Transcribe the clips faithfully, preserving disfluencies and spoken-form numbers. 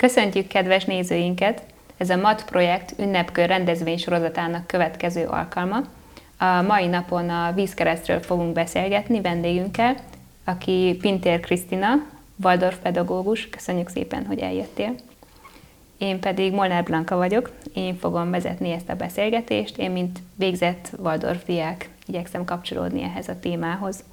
Köszöntjük kedves nézőinket! Ez a MAT projekt ünnepkör rendezvény sorozatának következő alkalma. A mai napon a vízkeresztről fogunk beszélgetni vendégünkkel, aki Pintér Krisztina, Waldorf pedagógus. Köszönjük szépen, hogy eljöttél. Én pedig Molnár Blanka vagyok, én fogom vezetni ezt a beszélgetést. Én, mint végzett Waldorf diák, igyekszem kapcsolódni ehhez a témához.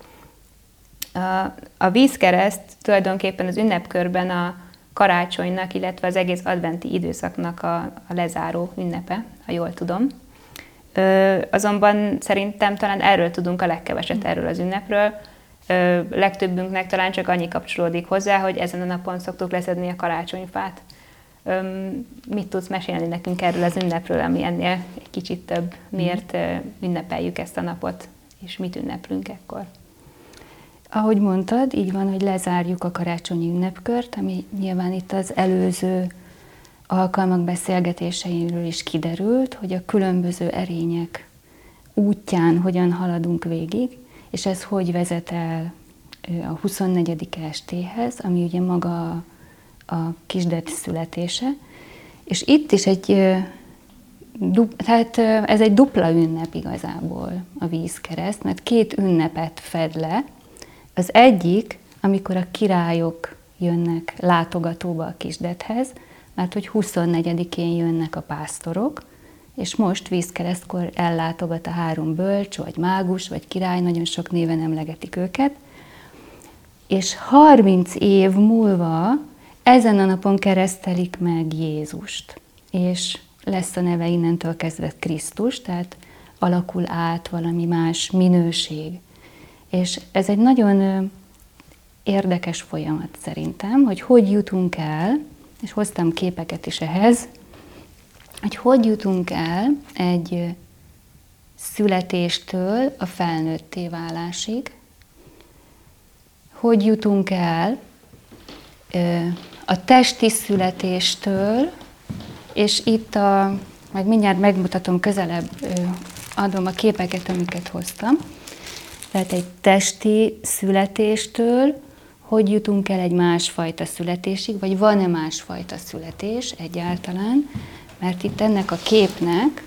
A vízkereszt tulajdonképpen az ünnepkörben a karácsonynak, illetve az egész adventi időszaknak a, a lezáró ünnepe, ha jól tudom. Ö, azonban szerintem talán erről tudunk a legkeveset, erről az ünnepről. Ö, legtöbbünknek talán csak annyi kapcsolódik hozzá, hogy ezen a napon szoktuk leszedni a karácsonyfát. Ö, mit tudsz mesélni nekünk erről az ünnepről, ami ennél egy kicsit több? Miért ünnepeljük ezt a napot, és mit ünneplünk ekkor? Ahogy mondtad, így van, hogy lezárjuk a karácsonyi ünnepkört, ami nyilván itt az előző alkalmak beszélgetéseiről is kiderült, hogy a különböző erények útján hogyan haladunk végig, és ez hogy vezet el a huszonnegyedike estéhez, ami ugye maga a kisdet születése. És itt is egy, tehát ez egy dupla ünnep igazából a vízkereszt, mert két ünnepet fed le. Az egyik, amikor a királyok jönnek látogatóba a kisdethez, mert hogy huszonnegyedikén jönnek a pásztorok, és most vízkeresztkor ellátogat a három bölcs, vagy mágus, vagy király, nagyon sok néven emlegetik őket, és harminc év múlva ezen a napon keresztelik meg Jézust, és lesz a neve innentől kezdve Krisztus, tehát alakul át valami más minőség. És ez egy nagyon érdekes folyamat szerintem, hogy hogy jutunk el, és hoztam képeket is ehhez, hogy hogy jutunk el egy születéstől a felnőtté válásig, hogy jutunk el a testi születéstől, és itt a, majd mindjárt megmutatom közelebb, adom a képeket, amiket hoztam, tehát egy testi születéstől, hogy jutunk el egy másfajta születésig, vagy van-e másfajta születés egyáltalán, mert itt ennek a képnek,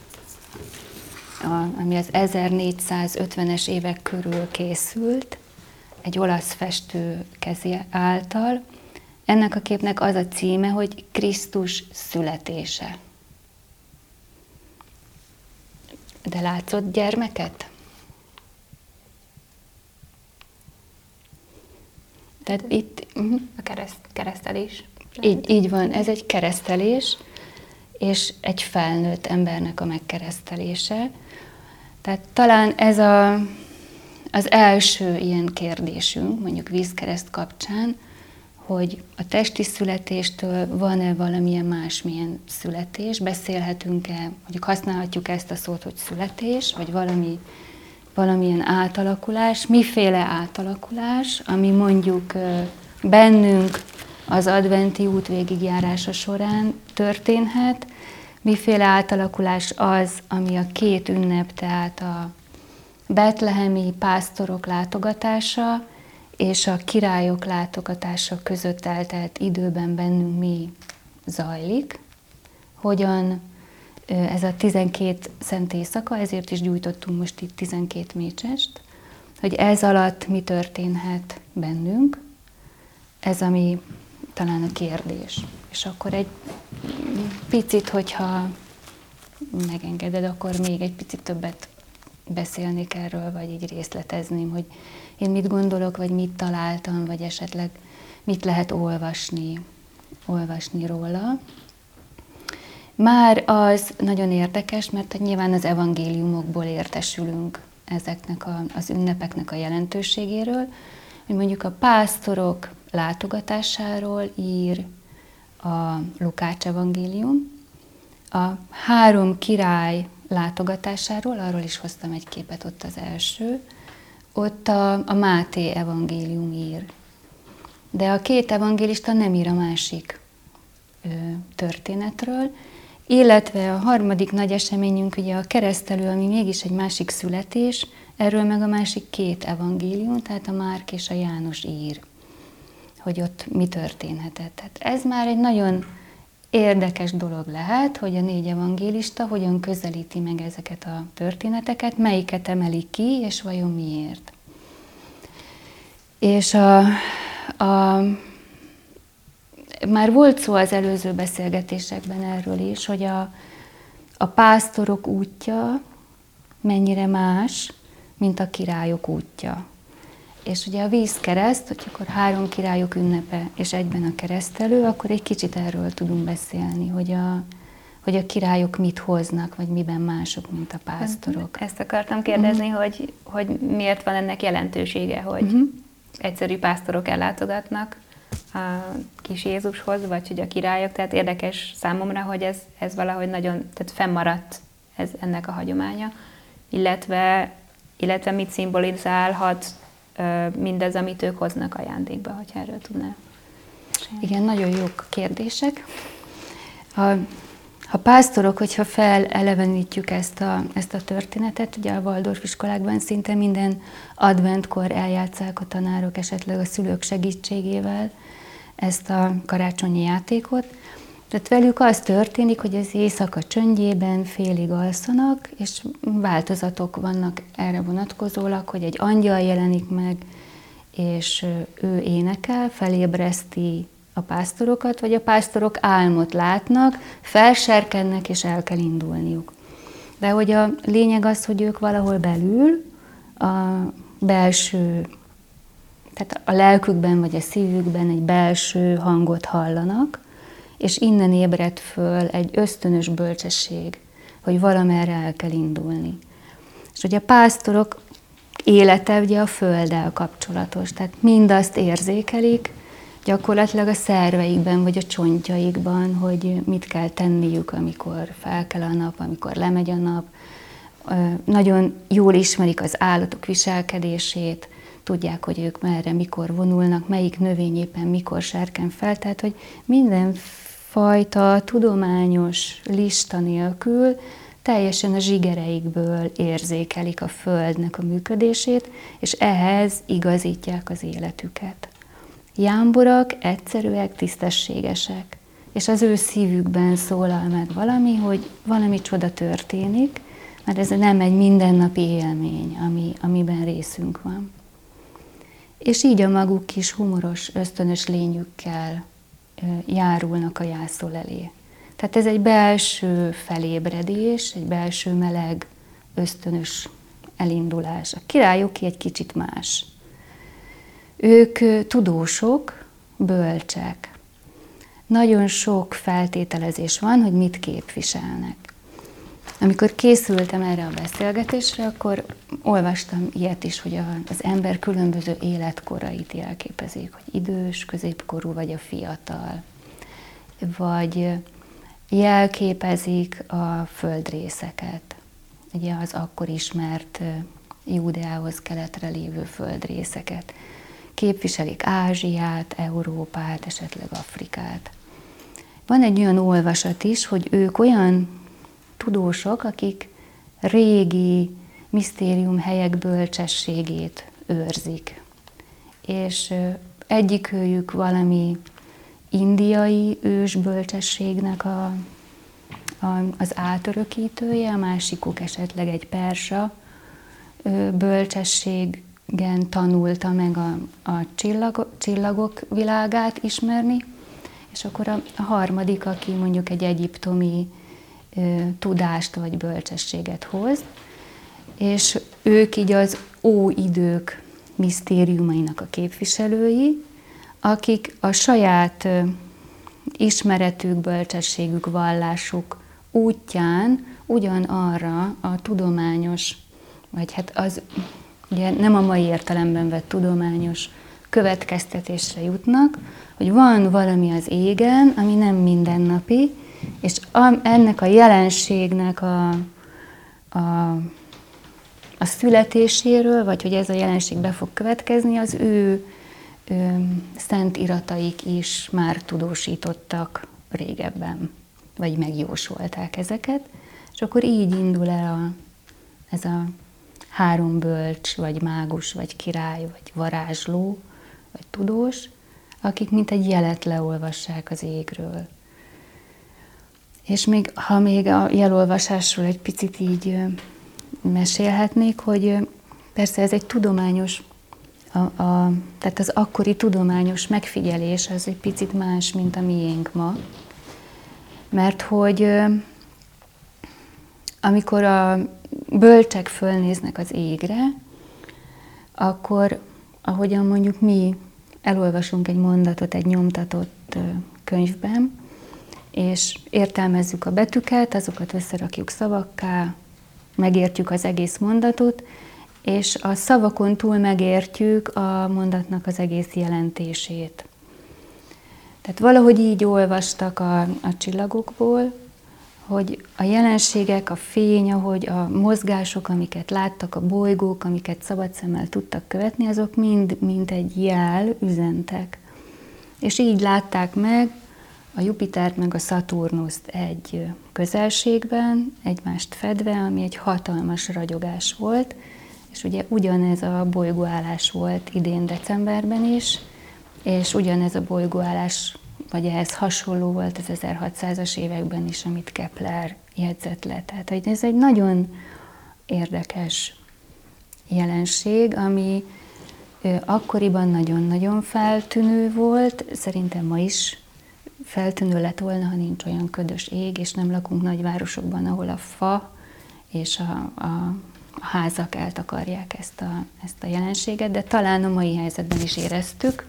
a, ami az ezernégyszázötvenes évek körül készült, egy olasz festő kezi által, ennek a képnek az a címe, hogy Krisztus születése. De látszott gyermeket? Tehát itt uh-huh. A kereszt, keresztelés. Így, így van, ez egy keresztelés, és egy felnőtt embernek a megkeresztelése. Tehát talán ez a, az első ilyen kérdésünk, mondjuk vízkereszt kapcsán, hogy a testi születéstől van-e valamilyen másmilyen születés, beszélhetünk-e, mondjuk használhatjuk ezt a szót, hogy születés, vagy valami valamilyen átalakulás, miféle átalakulás, ami mondjuk bennünk az adventi út végigjárása során történhet, miféle átalakulás az, ami a két ünnep, tehát a betlehemi pásztorok látogatása és a királyok látogatása között eltelt időben bennünk mi zajlik, hogyan ez a tizenkét szent éjszaka, ezért is gyújtottunk most itt tizenkét mécsest, hogy ez alatt mi történhet bennünk, ez ami talán a kérdés. És akkor egy picit, hogyha megengeded, akkor még egy picit többet beszélnék erről, vagy így részletezném, hogy én mit gondolok, vagy mit találtam, vagy esetleg mit lehet olvasni, olvasni róla. Már az nagyon érdekes, mert nyilván az evangéliumokból értesülünk ezeknek a, az ünnepeknek a jelentőségéről, hogy mondjuk a pásztorok látogatásáról ír a Lukács evangélium, a három király látogatásáról, arról is hoztam egy képet, ott az első, ott a, a Máté evangélium ír. De a két evangélista nem ír a másik ö, történetről, illetve a harmadik nagy eseményünk ugye a keresztelő, ami mégis egy másik születés, erről meg a másik két evangélium, tehát a Márk és a János ír. hogy ott mi történhetett. Tehát ez már egy nagyon érdekes dolog lehet, hogy a négy evangélista hogyan közelíti meg ezeket a történeteket, melyiket emeli ki, és vajon miért. És a, a, már volt szó az előző beszélgetésekben erről is, hogy a, a pásztorok útja mennyire más, mint a királyok útja. És ugye a vízkereszt, hogy akkor három királyok ünnepe, és egyben a keresztelő, akkor egy kicsit erről tudunk beszélni, hogy a, hogy a királyok mit hoznak, vagy miben mások, mint a pásztorok. Ezt akartam kérdezni, uh-huh. hogy, hogy miért van ennek jelentősége, hogy uh-huh. egyszerű pásztorok ellátogatnak a kis Jézushoz, vagy hogy a királyok, tehát érdekes számomra, hogy ez, ez valahogy nagyon, tehát fennmaradt ez, ennek a hagyománya, illetve, illetve mit szimbolizálhat mindez, amit ők hoznak ajándékba, hogyha erről tudnál. Igen, nagyon jó kérdések. A, a pásztorok, hogyha felelevenítjük ezt a, ezt a történetet, ugye a Waldorf iskolákban szinte minden adventkor eljátsszák a tanárok, esetleg a szülők segítségével ezt a karácsonyi játékot. Tehát velük az történik, hogy az éjszaka csöndjében félig alszanak, és változatok vannak erre vonatkozólag, hogy egy angyal jelenik meg, és ő énekel, felébreszti a pásztorokat, vagy a pásztorok álmot látnak, felserkednek, és el kell indulniuk. De hogy a lényeg az, hogy ők valahol belül, a belső, tehát a lelkükben, vagy a szívükben egy belső hangot hallanak, és innen ébred föl egy ösztönös bölcsesség, hogy valamerre el kell indulni. És ugye a pásztorok élete ugye a földdel kapcsolatos, tehát mindazt érzékelik, gyakorlatilag a szerveikben vagy a csontjaikban, hogy mit kell tenniük, amikor fel kell a nap, amikor lemegy a nap. Nagyon jól ismerik az állatok viselkedését, tudják, hogy ők merre, mikor vonulnak, melyik növény éppen mikor serken fel, tehát hogy mindenfajta tudományos lista nélkül teljesen a zsigereikből érzékelik a Földnek a működését, és ehhez igazítják az életüket. Jámborak egyszerűek, tisztességesek, és az ő szívükben szólal meg valami, hogy valami csoda történik, mert ez nem egy mindennapi élmény, ami, amiben részünk van. És így a maguk kis humoros, ösztönös lényükkel járulnak a jászol elé. Tehát ez egy belső felébredés, egy belső meleg, ösztönös elindulás. A királyoké egy kicsit más. Ők tudósok, bölcsek. Nagyon sok feltételezés van, hogy mit képviselnek. Amikor készültem erre a beszélgetésre, akkor olvastam ilyet is, hogy az ember különböző életkorait jelképezik, hogy idős, középkorú vagy a fiatal. Vagy jelképezik a földrészeket. Ugye az akkor ismert Júdeához keletre lévő földrészeket. Képviselik Ázsiát, Európát, esetleg Afrikát. Van egy olyan olvasat is, hogy ők olyan tudósok, akik régi misztériumhelyek bölcsességét őrzik. És egyikőjük valami indiai ősbölcsességnek a, a, az átörökítője, a másikuk esetleg egy persa bölcsességen tanulta meg a, a csillagok, csillagok világát ismerni, és akkor a, a harmadik, aki mondjuk egy egyiptomi ö, tudást vagy bölcsességet hoz, és ők így az óidők misztériumainak a képviselői, akik a saját ö, ismeretük, bölcsességük, vallásuk útján ugyanarra a tudományos, vagy hát az ugye nem a mai értelemben vett tudományos következtetésre jutnak, hogy van valami az égen, ami nem mindennapi, és a, ennek a jelenségnek a, a, a születéséről, vagy hogy ez a jelenség be fog következni, az ő, ő szent irataik is már tudósítottak régebben, vagy megjósolták ezeket, és akkor így indul el a, ez a három bölcs, vagy mágus, vagy király, vagy varázsló, vagy tudós, akik mint egy jelet leolvassák az égről. És még, ha még a jelolvasásról egy picit így mesélhetnék, hogy persze ez egy tudományos, a, a, tehát az akkori tudományos megfigyelés az egy picit más, mint a miénk ma. Mert hogy amikor a bölcsek fölnéznek az égre, akkor, ahogyan mondjuk mi elolvasunk egy mondatot egy nyomtatott könyvben, és értelmezzük a betűket, azokat összerakjuk szavakká, megértjük az egész mondatot, és a szavakon túl megértjük a mondatnak az egész jelentését. Tehát valahogy így olvastak a, a csillagokból, hogy a jelenségek, a fény, ahogy a mozgások, amiket láttak, a bolygók, amiket szabad szemmel tudtak követni, azok mind, mind egy jel üzentek. És így látták meg a Jupitert meg a Szaturnuszt egy közelségben, egymást fedve, ami egy hatalmas ragyogás volt, és ugye ugyanez a bolygóállás volt idén decemberben is, és ugyanez a bolygóállás, vagy ehhez hasonló volt az ezerhatszázas években is, amit Kepler jegyzett le. Tehát hogy ez egy nagyon érdekes jelenség, ami akkoriban nagyon-nagyon feltűnő volt, szerintem ma is feltűnő lett volna, ha nincs olyan ködös ég, és nem lakunk nagyvárosokban, ahol a fa és a, a házak eltakarják ezt a, ezt a jelenséget, de talán a mai helyzetben is éreztük,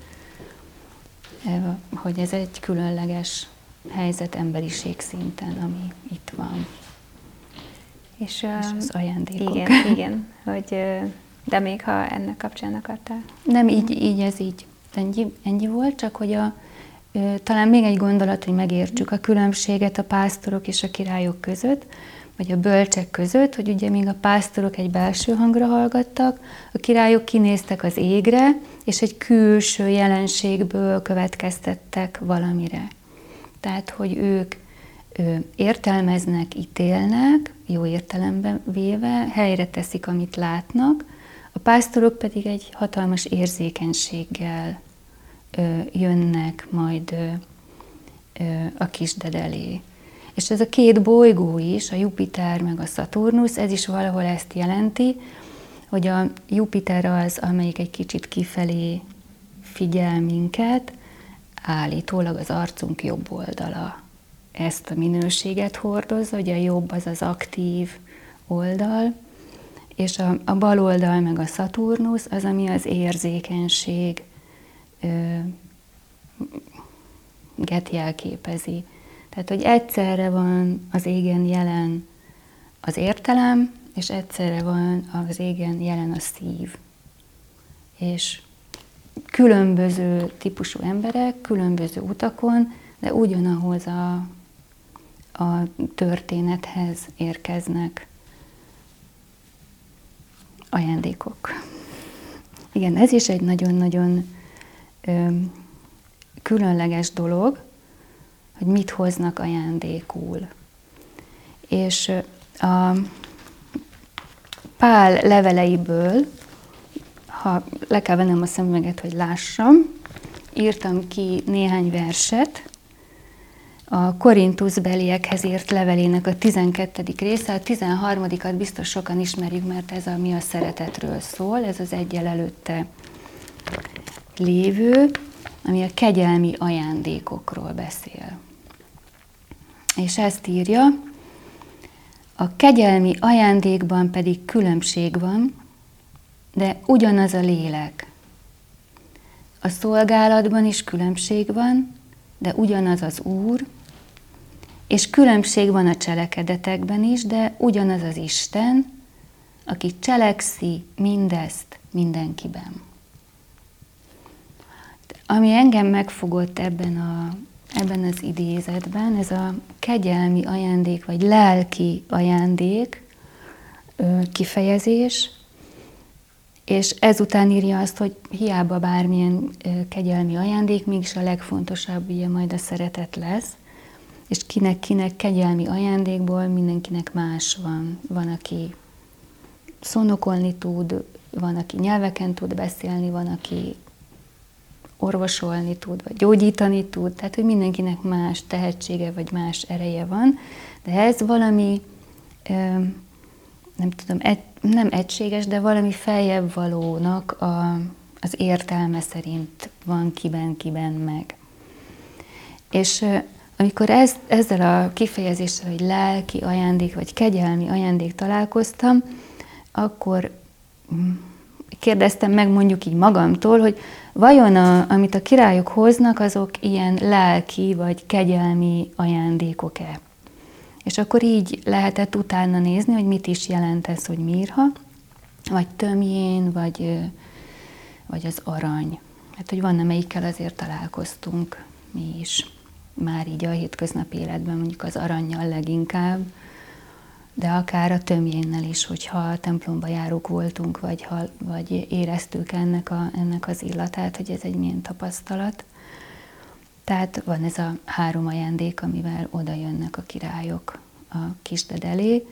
hogy ez egy különleges helyzet emberiség szinten, ami itt van. És, és az ajándékok. Igen, igen, hogy, de még ha ennek kapcsán akartál? Nem, így, így ez így ennyi, ennyi volt, csak hogy a, talán még egy gondolat, hogy megértsük a különbséget a pásztorok és a királyok között, vagy a bölcsek között, hogy ugye még a pásztorok egy belső hangra hallgattak, a királyok kinéztek az égre, és egy külső jelenségből következtettek valamire. Tehát, hogy ők ő, értelmeznek, ítélnek, jó értelemben véve, helyre teszik, amit látnak, a pásztorok pedig egy hatalmas érzékenységgel ö, jönnek majd ö, ö, a kisded elé. És ez a két bolygó is, a Jupiter meg a Szaturnusz, ez is valahol ezt jelenti, hogy a Jupiter az, amelyik egy kicsit kifelé figyel minket, állítólag az arcunk jobb oldala ezt a minőséget hordozza, ugye a jobb az az aktív oldal, és a, a bal oldal meg a Szaturnusz az, ami az érzékenység ö, get jelképezi. Tehát, hogy egyszerre van az égen jelen az értelem, és egyszerre van az égen jelen a szív. És különböző típusú emberek, különböző utakon, de ugyanahoz a, a történethez érkeznek ajándékok. Igen, ez is egy nagyon-nagyon ö, különleges dolog, hogy mit hoznak ajándékul. És a Pál leveleiből, ha le kell vennem a szemüveget, hogy lássam, írtam ki néhány verset, a Korintuszbeliekhez írt levelének a tizenkettedik része, a tizenharmadikat biztos sokan ismerjük, mert ez ami a szeretetről szól, ez az egyel előtte lévő, ami a kegyelmi ajándékokról beszél. És ezt írja, a kegyelmi ajándékban pedig különbség van, de ugyanaz a lélek. A szolgálatban is különbség van, de ugyanaz az Úr, és különbség van a cselekedetekben is, de ugyanaz az Isten, aki cselekszi mindezt mindenkiben. Ami engem megfogott ebben, a, ebben az idézetben, ez a kegyelmi ajándék, vagy lelki ajándék kifejezés, és ezután írja azt, hogy hiába bármilyen kegyelmi ajándék, mégis a legfontosabb ugye majd a szeretet lesz, és kinek-kinek kegyelmi ajándékból mindenkinek más van. Van, aki szónokolni tud, van, aki nyelveken tud beszélni, van, aki orvosolni tud, vagy gyógyítani tud, tehát hogy mindenkinek más tehetsége, vagy más ereje van, de ez valami, nem tudom, egy, nem egységes, de valami feljebb valónak a, az értelme szerint van kiben-kiben meg. És amikor ez, ezzel a kifejezéssel, hogy lelki ajándék, vagy kegyelmi ajándék találkoztam, akkor kérdeztem meg mondjuk így magamtól, hogy vajon a, amit a királyok hoznak, azok ilyen lelki vagy kegyelmi ajándékok-e? És akkor így lehetett utána nézni, hogy mit is jelent ez, hogy mirha, vagy tömjén, vagy, vagy az arany. Hát, hogy van, amelyikkel azért találkoztunk mi is. Már így a hétköznapi életben, mondjuk az arannyal leginkább, de akár a tömjénnel is, hogyha a templomba járók voltunk, vagy, ha, vagy éreztük ennek, a, ennek az illatát, hogy ez egy milyen tapasztalat. Tehát van ez a három ajándék, amivel oda jönnek a királyok a kisded elé,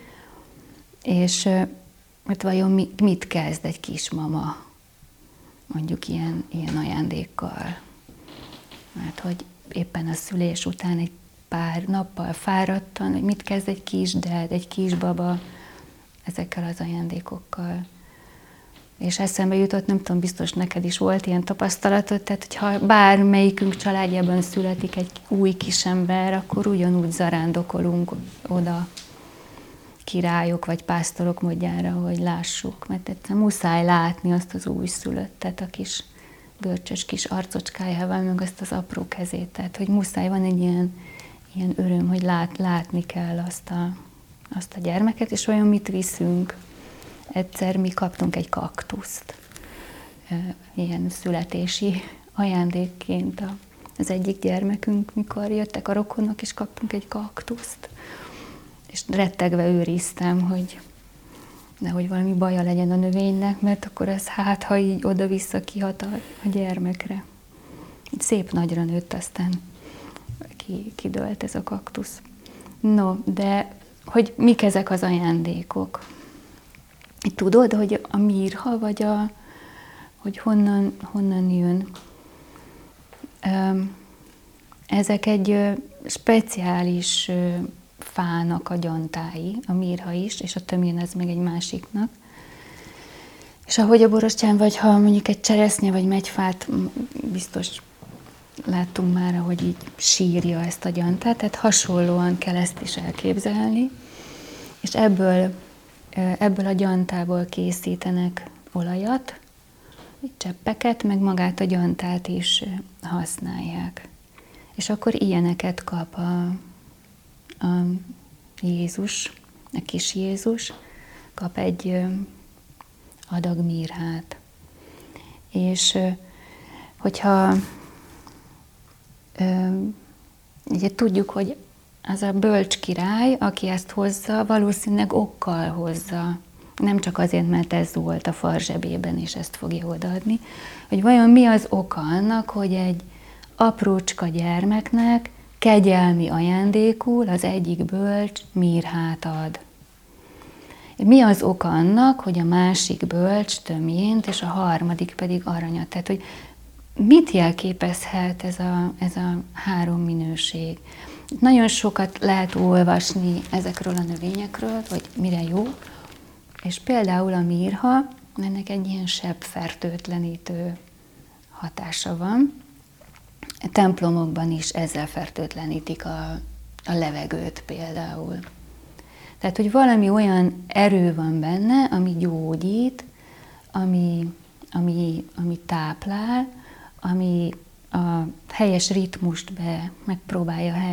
és hát vajon mit kezd egy kismama mondjuk ilyen, ilyen ajándékkal? Mert hogy éppen a szülés után egy pár nappal fáradtan, hogy mit kezd egy kisded, egy kisbaba ezekkel az ajándékokkal. És eszembe jutott, nem tudom, biztos neked is volt ilyen tapasztalatod, tehát hogyha bármelyikünk családjában születik egy új kisember, akkor ugyanúgy zarándokolunk oda királyok vagy pásztorok módjára, hogy lássuk, mert egyszerűen muszáj látni azt az újszülöttet, a kis görcsös kis arcocskájával, meg azt az apró kezét, tehát hogy muszáj, van egy ilyen, ilyen öröm, hogy lát, látni kell azt a, azt a gyermeket, és olyan mit viszünk. Egyszer mi kaptunk egy kaktuszt, ilyen születési ajándékként az egyik gyermekünk, mikor jöttek a rokonok, és kaptunk egy kaktuszt. És rettegve őriztem, hogy nehogy valami baja legyen a növénynek, mert akkor ez hát, ha így oda-vissza kihat a, a gyermekre. Szép nagyra nőtt, aztán ki, kidőlt ez a kaktusz. No, de hogy mik ezek az ajándékok? Tudod, hogy a mirha, vagy a, hogy honnan, honnan jön? Ezek egy speciális fának a gyantái, a mirha is, és a tömjén ez meg egy másiknak. És ahogy a borostyán, vagy ha mondjuk egy cseresznye, vagy megyfát, biztos láttunk már, ahogy így sírja ezt a gyantát, tehát hasonlóan kell ezt is elképzelni, és ebből Ebből a gyantából készítenek olajat, cseppeket, meg magát a gyantát is használják. És akkor ilyeneket kap a, a Jézus, a kis Jézus, kap egy adag mirhát. És hogyha ugye tudjuk, hogy az a bölcs király, aki ezt hozza, valószínűleg okkal hozza. Nem csak azért, mert ez volt a far zsebében, és ezt fogja odaadni, hogy vajon mi az oka annak, hogy egy aprócska gyermeknek kegyelmi ajándékul az egyik bölcs mirhát ad. Mi az oka annak, hogy a másik bölcs tömjént, és a harmadik pedig aranyat. Tehát, hogy mit jelképezhet ez a, ez a három minőség? Nagyon sokat lehet olvasni ezekről a növényekről, hogy mire jó, és például a mirha, ennek egy ilyen sebfertőtlenítő hatása van. A templomokban is ezzel fertőtlenítik a, a levegőt például. Tehát, hogy valami olyan erő van benne, ami gyógyít, ami, ami, ami táplál, ami a helyes ritmust be megpróbálja, he,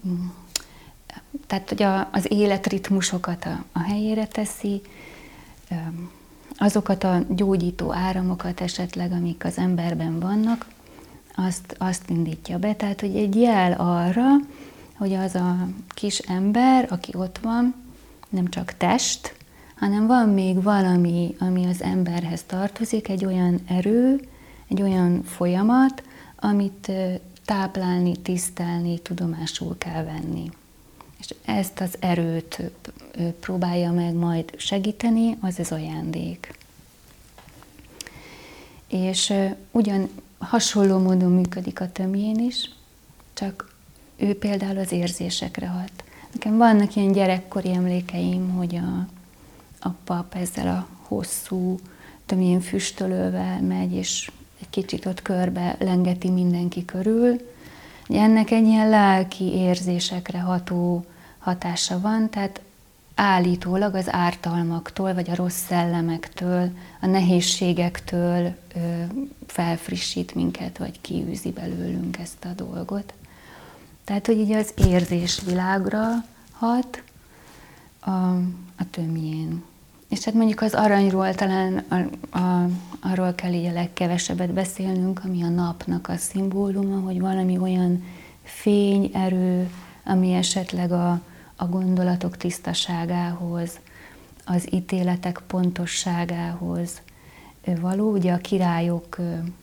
tehát hogy a, az életritmusokat a, a helyére teszi, azokat a gyógyító áramokat esetleg, amik az emberben vannak, azt, azt indítja be. Tehát, hogy egy jel arra, hogy az a kis ember, aki ott van, nem csak test, hanem van még valami, ami az emberhez tartozik, egy olyan erő, egy olyan folyamat, amit táplálni, tisztelni, tudomásul kell venni. És ezt az erőt próbálja meg majd segíteni, az az ajándék. És ugyan hasonló módon működik a tömjén is, csak ő például az érzésekre hat. Nekem vannak ilyen gyerekkori emlékeim, hogy a, a pap ezzel a hosszú tömjén füstölővel megy, és egy kicsit ott körbe lengeti mindenki körül. Ennek egy ilyen lelki érzésekre ható hatása van, tehát állítólag az ártalmaktól, vagy a rossz szellemektől, a nehézségektől ö, felfrissít minket, vagy kiűzi belőlünk ezt a dolgot. Tehát, hogy így az érzésvilágra hat a, a tömjén. És hát mondjuk az aranyról talán a, a, arról kell így a legkevesebbet beszélnünk, ami a napnak a szimbóluma, hogy valami olyan fényerő, ami esetleg a, a gondolatok tisztaságához, az ítéletek pontosságához való. Ugye a királyok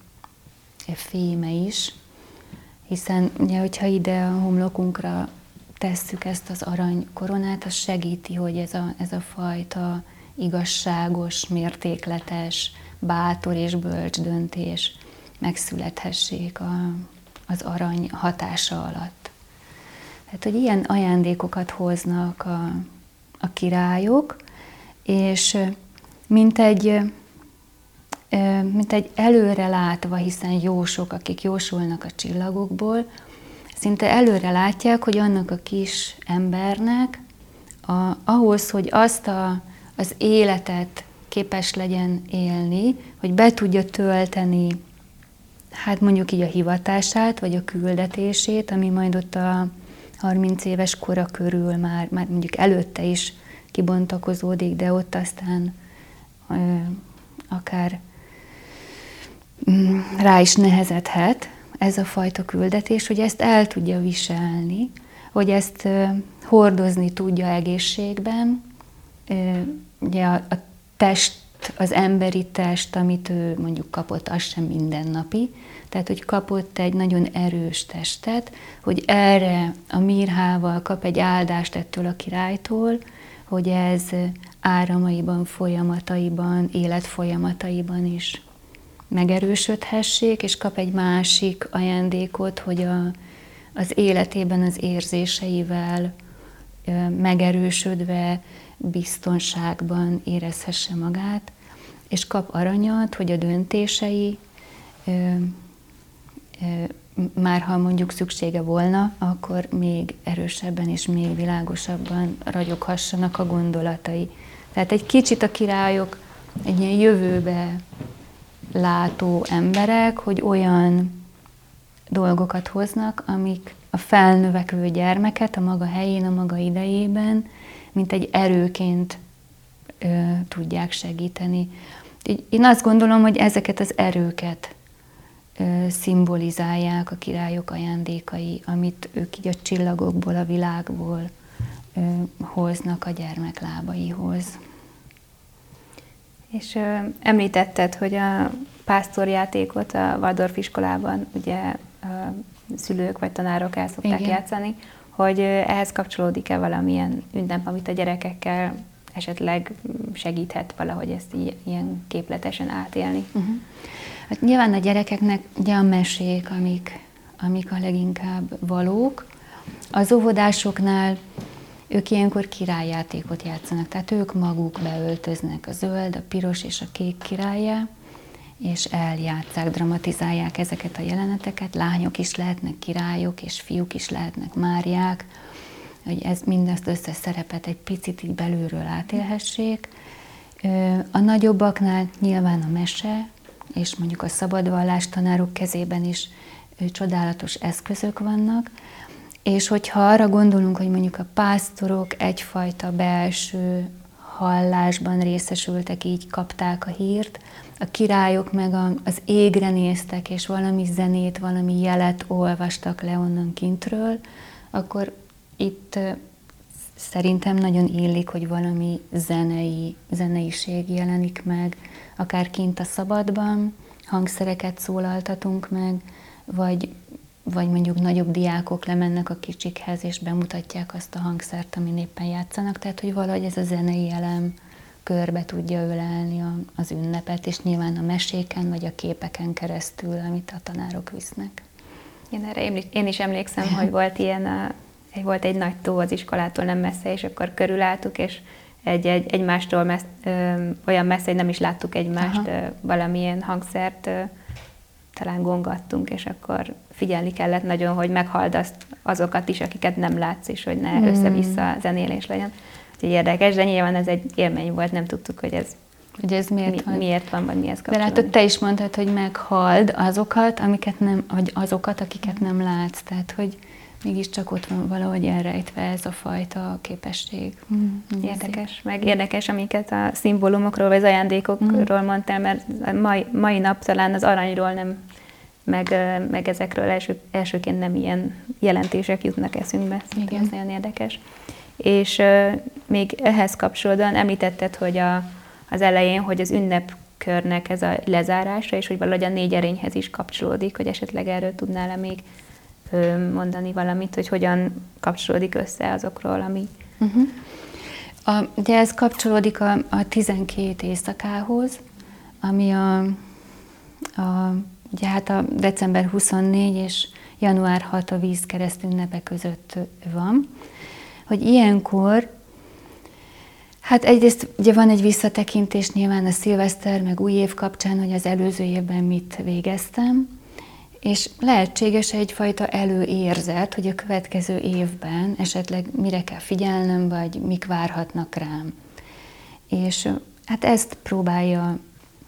féme is, hiszen ugye, hogyha ide a homlokunkra tesszük ezt az arany koronát, az segíti, hogy ez a, ez a fajta igazságos, mértékletes, bátor és bölcs döntés megszülethessék a, az arany hatása alatt. Tehát, hogy ilyen ajándékokat hoznak a, a királyok, és mint egy, mint egy előre látva, hiszen jósok, akik jósolnak a csillagokból, szinte előre látják, hogy annak a kis embernek a, ahhoz, hogy azt a, az életet képes legyen élni, hogy be tudja tölteni, hát mondjuk így a hivatását, vagy a küldetését, ami majd ott a harminc éves kora körül már, már mondjuk előtte is kibontakozódik, de ott aztán ö, akár mm, rá is nehezedhet ez a fajta küldetés, hogy ezt el tudja viselni, hogy ezt ö, hordozni tudja egészségben. Ö, ugye a, a test, az emberi test, amit ő mondjuk kapott, az sem mindennapi, tehát, hogy kapott egy nagyon erős testet, hogy erre a mirhával kap egy áldást ettől a királytól, hogy ez áramaiban, folyamataiban, életfolyamataiban is megerősödhessék, és kap egy másik ajándékot, hogy a, az életében az érzéseivel megerősödve, biztonságban érezhesse magát, és kap aranyat, hogy a döntései már ha mondjuk szüksége volna, akkor még erősebben és még világosabban ragyoghassanak a gondolatai. Tehát egy kicsit a királyok egy ilyen jövőbe látó emberek, hogy olyan dolgokat hoznak, amik a felnövekvő gyermeket a maga helyén, a maga idejében, mint egy erőként ö, tudják segíteni. Én azt gondolom, hogy ezeket az erőket szimbolizálják a királyok ajándékai, amit ők így a csillagokból, a világból ö, hoznak a gyermek lábaihoz. És ö, említetted, hogy a pásztorjátékot a Waldorf iskolában ugye a szülők vagy tanárok el szokták Igen. játszani, hogy ehhez kapcsolódik-e valamilyen ünnep, amit a gyerekekkel esetleg segíthet valahogy ezt ilyen képletesen átélni? Uh-huh. Hát nyilván a gyerekeknek ugye a mesék, amik, amik a leginkább valók. Az óvodásoknál ők ilyenkor királyjátékot játszanak, tehát ők maguk beöltöznek a zöld, a piros és a kék királlyá, és eljátszák, dramatizálják ezeket a jeleneteket. Lányok is lehetnek királyok, és fiúk is lehetnek Máriák, hogy ez mindezt összeszerepet egy picit így belülről átélhessék. A nagyobbaknál nyilván a mese, és mondjuk a szabadvallás tanárok kezében is csodálatos eszközök vannak, és hogyha arra gondolunk, hogy mondjuk a pásztorok egyfajta belső hallásban részesültek, így kapták a hírt, a királyok meg az égre néztek, és valami zenét, valami jelet olvastak le onnan kintről, akkor itt szerintem nagyon illik, hogy valami zenei, zeneiség jelenik meg, akár kint a szabadban, hangszereket szólaltatunk meg, vagy, vagy mondjuk nagyobb diákok lemennek a kicsikhez, és bemutatják azt a hangszert, amin éppen játszanak, tehát hogy valahogy ez a zenei elem körbe tudja ölelni a, az ünnepet, és nyilván a meséken vagy a képeken keresztül, amit a tanárok visznek. Igen, erre én is emlékszem, hogy volt ilyen, a, volt egy nagy tó az iskolától nem messze, és akkor körülálltuk, és egy, egy, egymástól messz, ö, olyan messze, hogy nem is láttuk egymást, ö, valamilyen hangszert ö, talán gongattunk, és akkor figyelni kellett nagyon, hogy meghallgasd azokat is, akiket nem látsz, és hogy ne hmm. össze-vissza zenélés legyen. Úgyhogy érdekes, de nyilván ez egy élmény volt, nem tudtuk, hogy ez, hogy ez miért, mi, van. miért van, vagy mihez kapcsolódik. De látod, te is mondtad, hogy meghalld azokat, amiket nem, vagy azokat, akiket nem látsz. Tehát, hogy mégiscsak ott van valahogy elrejtve ez a fajta képesség. Mm. Érdekes, szép. Meg érdekes, amiket a szimbólumokról, vagy az ajándékokról mm. mondtál, mert a mai, mai nap talán az aranyról nem, meg, meg ezekről első, elsőként nem ilyen jelentések jutnak eszünkbe. Szerintem ez nagyon érdekes. És uh, még ehhez kapcsolódóan említetted, hogy a, az elején, hogy az ünnepkörnek ez a lezárása, és hogy valahogy a négy erényhez is kapcsolódik, hogy esetleg erről tudnál-e még uh, mondani valamit, hogy hogyan kapcsolódik össze azokról, ami... Uh-huh. A, ugye ez kapcsolódik a, a tizenkét éjszakához, ami a, a, ugye hát a december huszonnégy és január hatodika a vízkereszt ünnepe között van, hogy ilyenkor, hát egyrészt ugye van egy visszatekintés nyilván a szilveszter, meg új év kapcsán, hogy az előző évben mit végeztem, és lehetséges egyfajta előérzet, hogy a következő évben esetleg mire kell figyelnem, vagy mik várhatnak rám. És hát ezt próbálja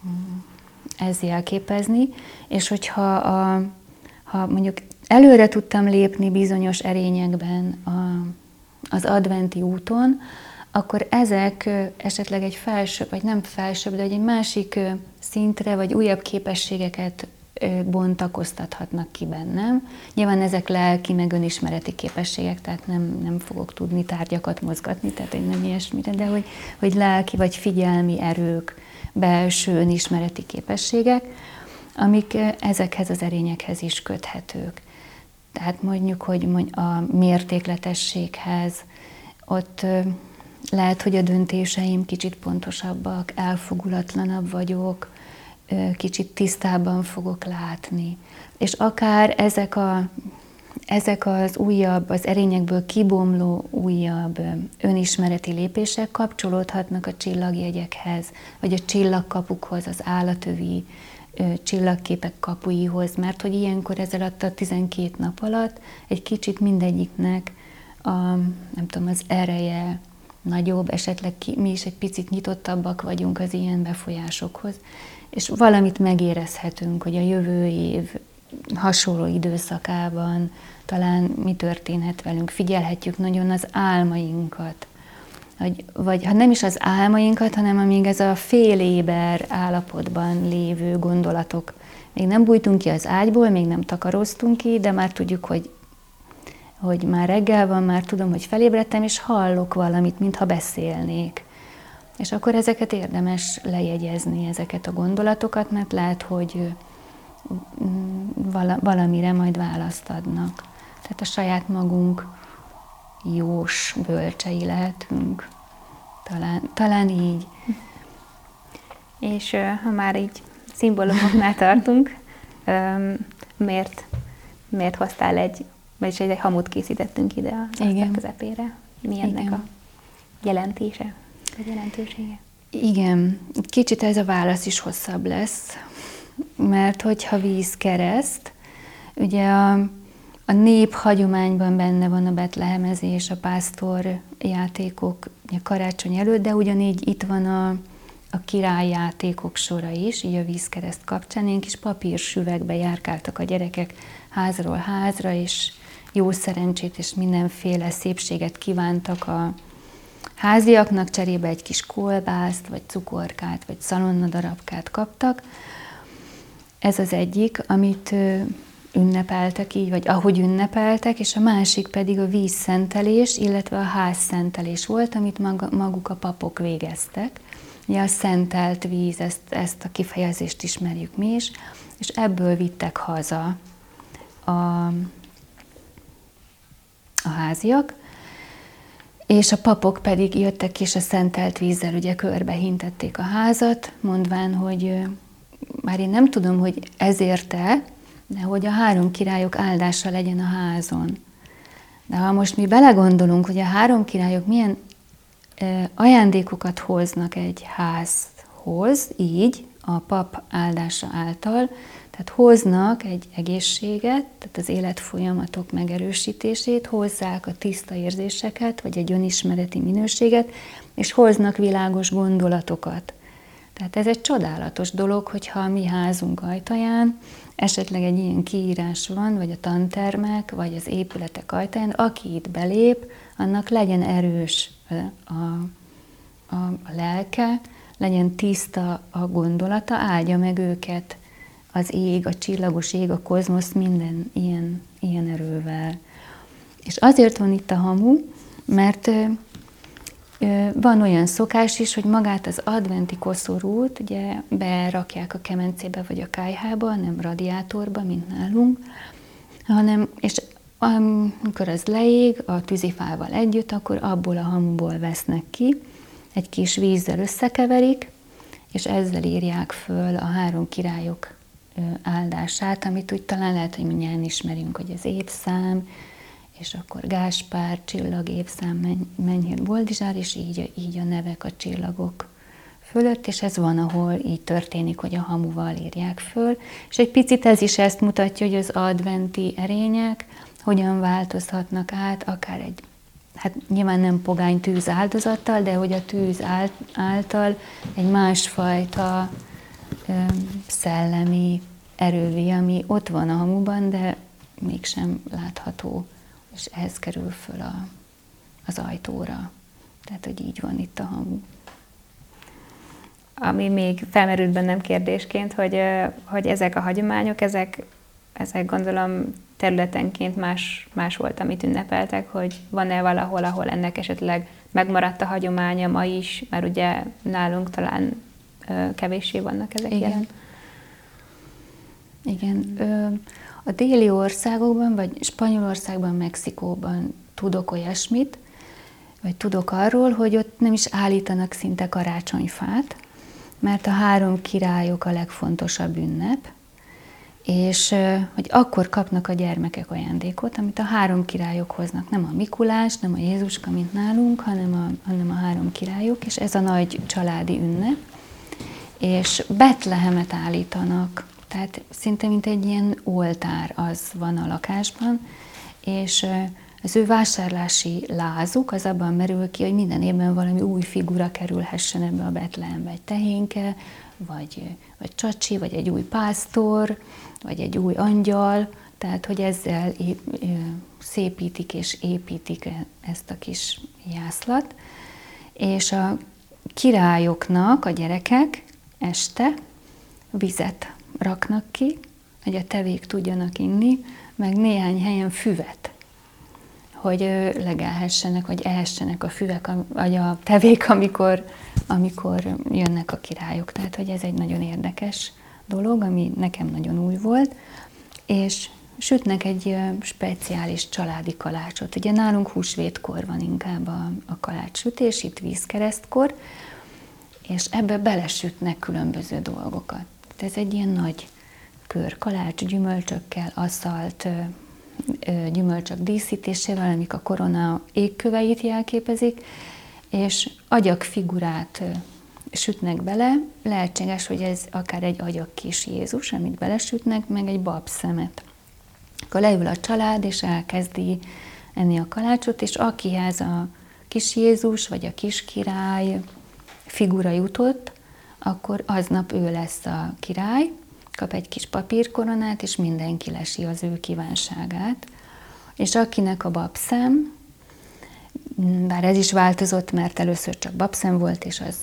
ez jelképezni, és hogyha a, ha mondjuk előre tudtam lépni bizonyos erényekben a az adventi úton, akkor ezek esetleg egy felsőbb, vagy nem felsőbb, de egy másik szintre, vagy újabb képességeket bontakoztathatnak ki bennem. Nyilván ezek lelki, meg önismereti képességek, tehát nem, nem fogok tudni tárgyakat mozgatni, tehát egy nem ilyesmire, de hogy, hogy lelki vagy figyelmi erők, belső önismereti képességek, amik ezekhez az erényekhez is köthetők. Tehát mondjuk, hogy a mértékletességhez, ott lehet, hogy a döntéseim kicsit pontosabbak, elfogulatlanabb vagyok, kicsit tisztábban fogok látni. És akár ezek, a, ezek az újabb, az erényekből kibomló újabb önismereti lépések kapcsolódhatnak a csillagjegyekhez, vagy a csillagkapukhoz, az állatövi csillagképek kapuihoz, mert hogy ilyenkor ez alatt a tizenkét nap alatt egy kicsit mindegyiknek a, nem tudom, az ereje nagyobb, esetleg ki, mi is egy picit nyitottabbak vagyunk az ilyen befolyásokhoz, és valamit megérezhetünk, hogy a jövő év hasonló időszakában talán mi történhet velünk, figyelhetjük nagyon az álmainkat, Vagy, vagy ha nem is az álmainkat, hanem amíg ez a féléber állapotban lévő gondolatok. Még nem bújtunk ki az ágyból, még nem takaroztunk ki, de már tudjuk, hogy, hogy már reggel van, már tudom, hogy felébredtem, és hallok valamit, mintha beszélnék. És akkor ezeket érdemes lejegyezni, ezeket a gondolatokat, mert lehet, hogy valamire majd választ adnak. Tehát a saját magunk jós bölcsei lehetünk. Talán, talán így. És ha már így szimbólumoknál tartunk, miért, miért hoztál egy, vagyis egy hamut készítettünk ide az asztal közepére? Mi ennek Igen. a jelentése, vagy jelentősége? Igen, kicsit ez a válasz is hosszabb lesz, mert hogyha vízkereszt, ugye a A nép hagyományban benne van a betlehemezés, a pásztor játékok a karácsony előtt, de ugyanígy itt van a, a királyjátékok sora is, így a vízkereszt kapcsán. Ilyen kis papírsüvegbe járkáltak a gyerekek házról házra, és jó szerencsét és mindenféle szépséget kívántak a háziaknak, cserébe egy kis kolbászt, vagy cukorkát, vagy szalonnadarabkát kaptak. Ez az egyik, amit ünnepeltek így, vagy ahogy ünnepeltek, és a másik pedig a vízszentelés, illetve a házszentelés volt, amit maguk a papok végeztek. Ugye a szentelt víz, ezt, ezt a kifejezést ismerjük mi is, és ebből vittek haza a, a háziak, és a papok pedig jöttek és a szentelt vízzel ugye körbehintették a házat, mondván, hogy már én nem tudom, hogy ezért-e, de hogy a három királyok áldása legyen a házon. De ha most mi belegondolunk, hogy a három királyok milyen ajándékokat hoznak egy házhoz, így a pap áldása által, tehát hoznak egy egészséget, tehát az életfolyamatok megerősítését, hozzák a tiszta érzéseket, vagy egy önismereti minőséget, és hoznak világos gondolatokat. Tehát ez egy csodálatos dolog, hogyha a mi házunk ajtaján esetleg egy ilyen kiírás van, vagy a tantermek, vagy az épületek ajtaján, aki itt belép, annak legyen erős a, a, a lelke, legyen tiszta a gondolata, áldja meg őket az ég, a csillagos ég, a kozmosz minden ilyen, ilyen erővel. És azért van itt a hamu, mert van olyan szokás is, hogy magát az adventi koszorút ugye berakják a kemencébe vagy a kályhába, nem radiátorba, mint nálunk, hanem, és amikor az leég a tűzifával együtt, akkor abból a hamuból vesznek ki, egy kis vízzel összekeverik, és ezzel írják föl a három királyok áldását, amit úgy talán lehet, hogy mindjárt ismerünk, hogy az évszám, és akkor Gáspár, csillag, évszám, Menyhért, Boldizsár, és így, így a nevek a csillagok fölött, és ez van, ahol így történik, hogy a hamuval írják föl. És egy picit ez is ezt mutatja, hogy az adventi erények hogyan változhatnak át, akár egy, hát nyilván nem pogány tűz áldozattal, de hogy a tűz által egy másfajta öm, szellemi erővé, ami ott van a hamuban, de mégsem látható, és ez kerül föl a, az ajtóra. Tehát, hogy így van itt a hamu. Ami még felmerült bennem kérdésként, hogy, hogy ezek a hagyományok, ezek, ezek gondolom területenként más, más volt, amit ünnepeltek, hogy van-e valahol, ahol ennek esetleg megmaradt a hagyománya ma is, mert ugye nálunk talán kevéssé vannak ezek Igen. jelen. Igen. A déli országokban, vagy Spanyolországban, Mexikóban tudok olyasmit, vagy tudok arról, hogy ott nem is állítanak szinte karácsonyfát, mert a három királyok a legfontosabb ünnep, és hogy akkor kapnak a gyermekek ajándékot, amit a három királyok hoznak. Nem a Mikulás, nem a Jézuska, mint nálunk, hanem a, hanem a három királyok, és ez a nagy családi ünnep. És Betlehemet állítanak, tehát szinte mint egy ilyen oltár az van a lakásban, és az ő vásárlási lázuk az abban merül ki, hogy minden évben valami új figura kerülhessen ebbe a Betlehembe, egy tehénke, vagy, vagy csacsi, vagy egy új pásztor, vagy egy új angyal, tehát hogy ezzel szépítik és építik ezt a kis jászlat. És a királyoknak a gyerekek este vizet raknak ki, hogy a tevék tudjanak inni, meg néhány helyen füvet, hogy legelhessenek, vagy ehessenek a füvek, vagy a tevék, amikor, amikor jönnek a királyok. Tehát, hogy ez egy nagyon érdekes dolog, ami nekem nagyon új volt, és sütnek egy speciális családi kalácsot. Ugye nálunk húsvétkor van inkább a, a kalácssütés, itt vízkeresztkor, és ebbe belesütnek különböző dolgokat. Ez egy ilyen nagy kör kalács gyümölcsökkel, asszalt gyümölcsök díszítésével, amik a korona égköveit jelképezik, és agyagfigurát sütnek bele, lehetséges, hogy ez akár egy agyak kis Jézus, amit belesütnek, meg egy babszemet. Akkor leül a család, és elkezdi enni a kalácsot, és akihez a kis Jézus, vagy a kis király figura jutott, akkor aznap ő lesz a király, kap egy kis papírkoronát, és mindenki lesi az ő kívánságát. És akinek a babszem, bár ez is változott, mert először csak babszem volt, és az,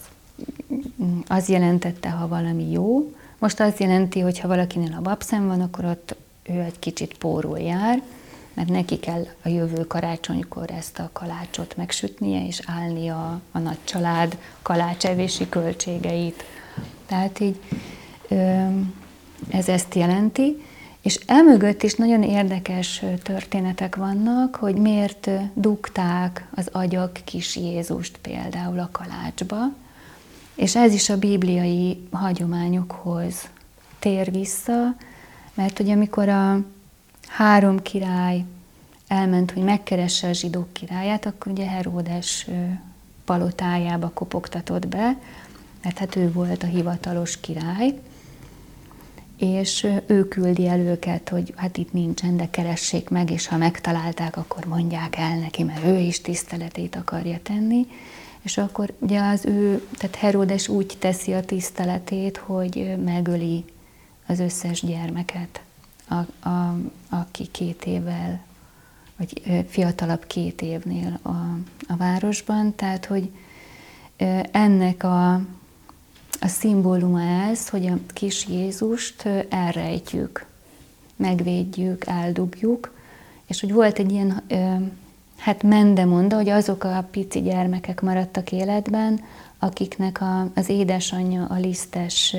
az jelentette, ha valami jó. Most azt jelenti, hogy ha valakinél a babszem van, akkor ott ő egy kicsit pórul jár, mert neki kell a jövő karácsonykor ezt a kalácsot megsütnie, és állnia a, a nagy család kalácsevési költségeit. Tehát így ez ezt jelenti, És emögött is nagyon érdekes történetek vannak, hogy miért dugták az agyak kis Jézust például a kalácsba, és ez is a bibliai hagyományokhoz tér vissza, mert hogy amikor a három király elment, hogy megkeresse a zsidók királyát, akkor ugye Heródes palotájába kopogtatott be, mert hát ő volt a hivatalos király, és ő küldi el őket, hogy hát itt nincsen, de keressék meg, és ha megtalálták, akkor mondják el neki, mert ő is tiszteletét akarja tenni. És akkor ugye az ő, tehát Heródes úgy teszi a tiszteletét, hogy megöli az összes gyermeket, a, a, aki két évvel, vagy fiatalabb két évnél a, a városban. Tehát, hogy ennek a, a szimbóluma ez, hogy a kis Jézust elrejtjük, megvédjük, eldugjuk, és hogy volt egy ilyen, hát mendemonda, hogy azok a pici gyermekek maradtak életben, akiknek a, az édesanyja a lisztes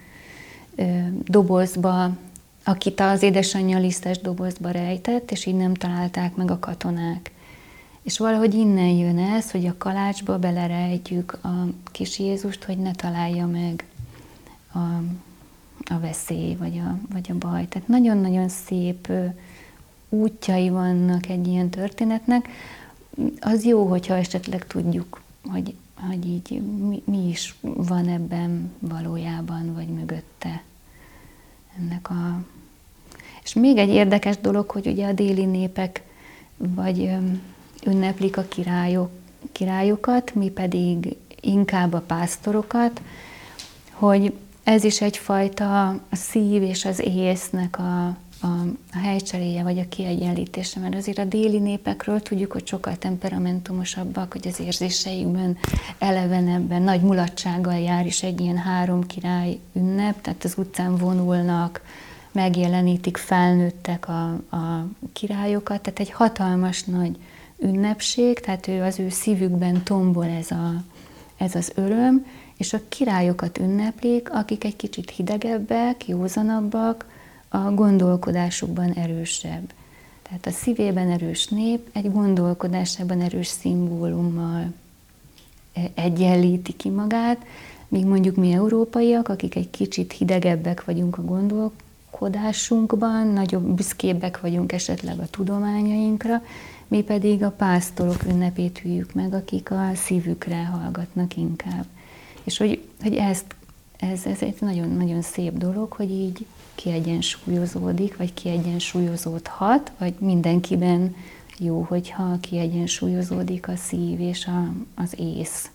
dobozba, akit az édesanyja a lisztes dobozba rejtett, és így nem találták meg a katonák. És valahogy innen jön ez, hogy a kalácsba belerejtjük a kis Jézust, hogy ne találja meg a, a veszély, vagy a, vagy a baj. Tehát nagyon-nagyon szép útjai vannak egy ilyen történetnek. Az jó, hogyha esetleg tudjuk, hogy, hogy így mi, mi is van ebben valójában, vagy mögötte ennek a... És még egy érdekes dolog, hogy ugye a déli népek vagy ünneplik a királyok, királyokat, mi pedig inkább a pásztorokat, hogy ez is egyfajta a szív és az észnek a, a, a helycseréje, vagy a kiegyenlítése, mert azért a déli népekről tudjuk, hogy sokkal temperamentumosabbak, hogy az érzéseikben elevenebben, nagy mulatsággal jár is egy ilyen három király ünnep, tehát az utcán vonulnak, megjelenítik, felnőttek a, a királyokat, tehát egy hatalmas nagy ünnepség, tehát ő az ő szívükben tombol ez, a, ez az öröm, és a királyokat ünneplik, akik egy kicsit hidegebbek, józanabbak, a gondolkodásukban erősebb. Tehát a szívében erős nép egy gondolkodásában erős szimbólummal egyenlíti ki magát, míg mondjuk mi európaiak, akik egy kicsit hidegebbek vagyunk a gondolkodásunkban, nagyobb büszkébbek vagyunk esetleg a tudományainkra, mi pedig a pásztorok ünnepét hűljük meg, akik a szívükre hallgatnak inkább. És hogy, hogy ezt, ez, ez egy nagyon-nagyon szép dolog, hogy így kiegyensúlyozódik, vagy kiegyensúlyozódhat, vagy mindenkiben jó, hogyha kiegyensúlyozódik a szív és a, az ész